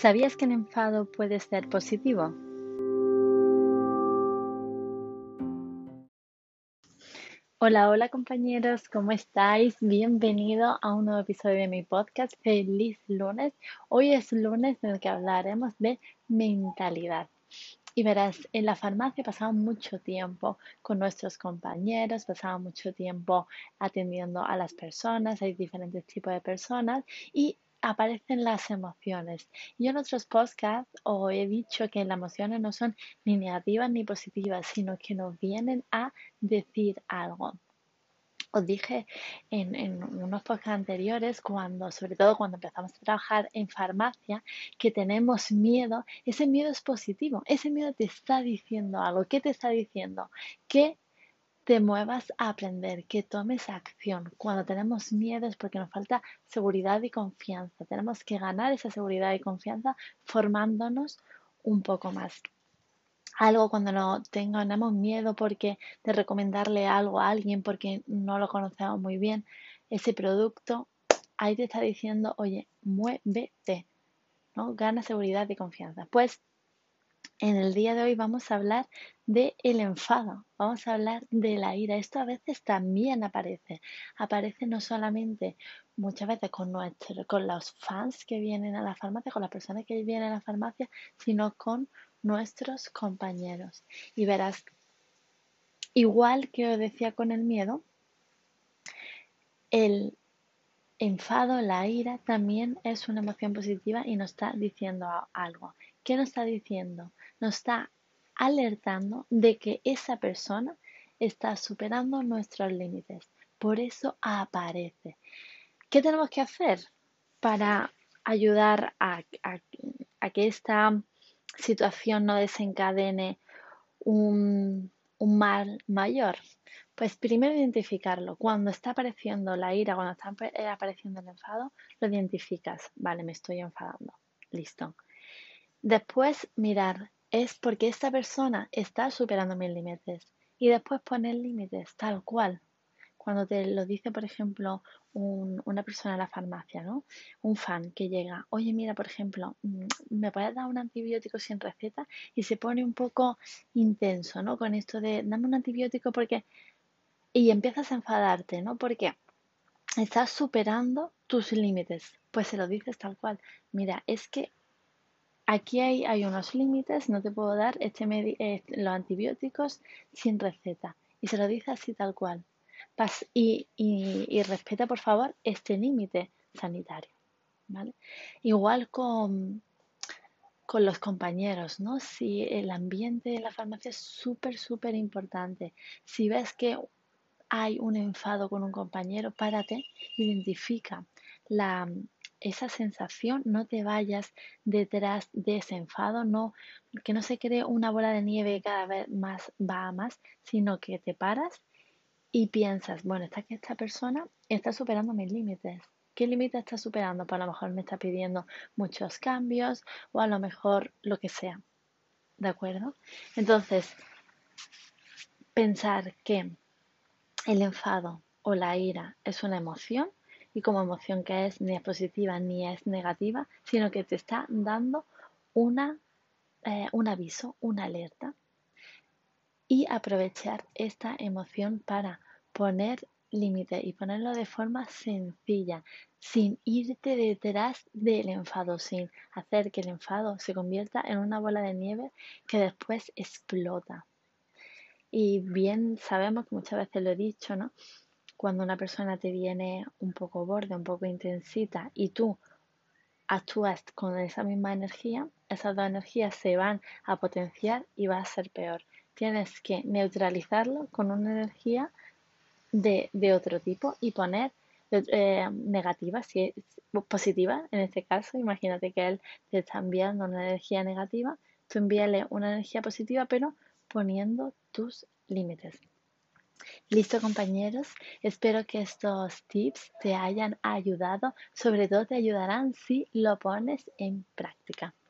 ¿Sabías que el enfado puede ser positivo? Hola, hola compañeros, ¿cómo estáis? Bienvenido a un nuevo episodio de mi podcast. Feliz lunes. Hoy es lunes en el que hablaremos de mentalidad. Y verás, en la farmacia pasamos mucho tiempo con nuestros compañeros, pasamos mucho tiempo atendiendo a las personas, hay diferentes tipos de personas y aparecen las emociones. Yo en otros podcasts os he dicho que las emociones no son ni negativas ni positivas, sino que nos vienen a decir algo. Os dije en unos podcasts anteriores, sobre todo cuando empezamos a trabajar en farmacia, que tenemos miedo. Ese miedo es positivo, ese miedo te está diciendo algo. ¿Qué te está diciendo? Que te muevas a aprender, que tomes acción. Cuando tenemos miedo es porque nos falta seguridad y confianza. Tenemos que ganar esa seguridad y confianza formándonos un poco más. Algo cuando no tengamos miedo de recomendarle algo a alguien porque no lo conocemos muy bien, ese producto, ahí te está diciendo, oye, muévete, ¿no? Gana seguridad y confianza. Pues en el día de hoy vamos a hablar del enfado, vamos a hablar de la ira. Esto a veces también aparece no solamente muchas veces con los fans que vienen a la farmacia, con las personas que vienen a la farmacia, sino con nuestros compañeros. Y verás, igual que os decía con el miedo, el enfado, la ira, también es una emoción positiva y nos está diciendo algo. ¿Qué nos está diciendo? Nos está alertando de que esa persona está superando nuestros límites. Por eso aparece. ¿Qué tenemos que hacer para ayudar a que esta situación no desencadene un mal mayor? Pues primero identificarlo. Cuando está apareciendo la ira, cuando está apareciendo el enfado, lo identificas. Vale, me estoy enfadando. Listo. Después mirar, es porque esta persona está superando mis límites. Y después poner límites, tal cual. Cuando te lo dice, por ejemplo, una persona en la farmacia, ¿no? Un fan que llega, oye, mira, por ejemplo, ¿me puedes dar un antibiótico sin receta? Y se pone un poco intenso, ¿no? Con esto de, dame un antibiótico porque... Y empiezas a enfadarte, ¿no? Porque estás superando tus límites. Pues se lo dices tal cual. Mira, es que aquí hay unos límites, no te puedo dar los antibióticos sin receta. Y se lo dice así tal cual. Y respeta, por favor, este límite sanitario. ¿Vale? Igual con los compañeros, ¿no? Si el ambiente de la farmacia es súper, súper importante. Si ves que hay un enfado con un compañero, párate, identifica la, esa sensación, no te vayas detrás de ese enfado, no, que no se cree una bola de nieve que cada vez más va a más, sino que te paras y piensas, bueno, esta persona está superando mis límites. ¿Qué límite está superando? Pues a lo mejor me está pidiendo muchos cambios o a lo mejor lo que sea. ¿De acuerdo? Entonces, pensar que el enfado o la ira es una emoción y como emoción que es ni es positiva ni es negativa, sino que te está dando una, un aviso, una alerta y aprovechar esta emoción para poner límite y ponerlo de forma sencilla, sin irte detrás del enfado, sin hacer que el enfado se convierta en una bola de nieve que después explota. Y bien sabemos que muchas veces lo he dicho, ¿no? Cuando una persona te viene un poco borde, un poco intensita y tú actúas con esa misma energía, esas dos energías se van a potenciar y va a ser peor. Tienes que neutralizarlo con una energía de otro tipo y poner negativa, si es positiva en este caso. Imagínate que él te está enviando una energía negativa, tú envíale una energía positiva, pero poniendo tus límites. Listo, compañeros, espero que estos tips te hayan ayudado, sobre todo te ayudarán si lo pones en práctica.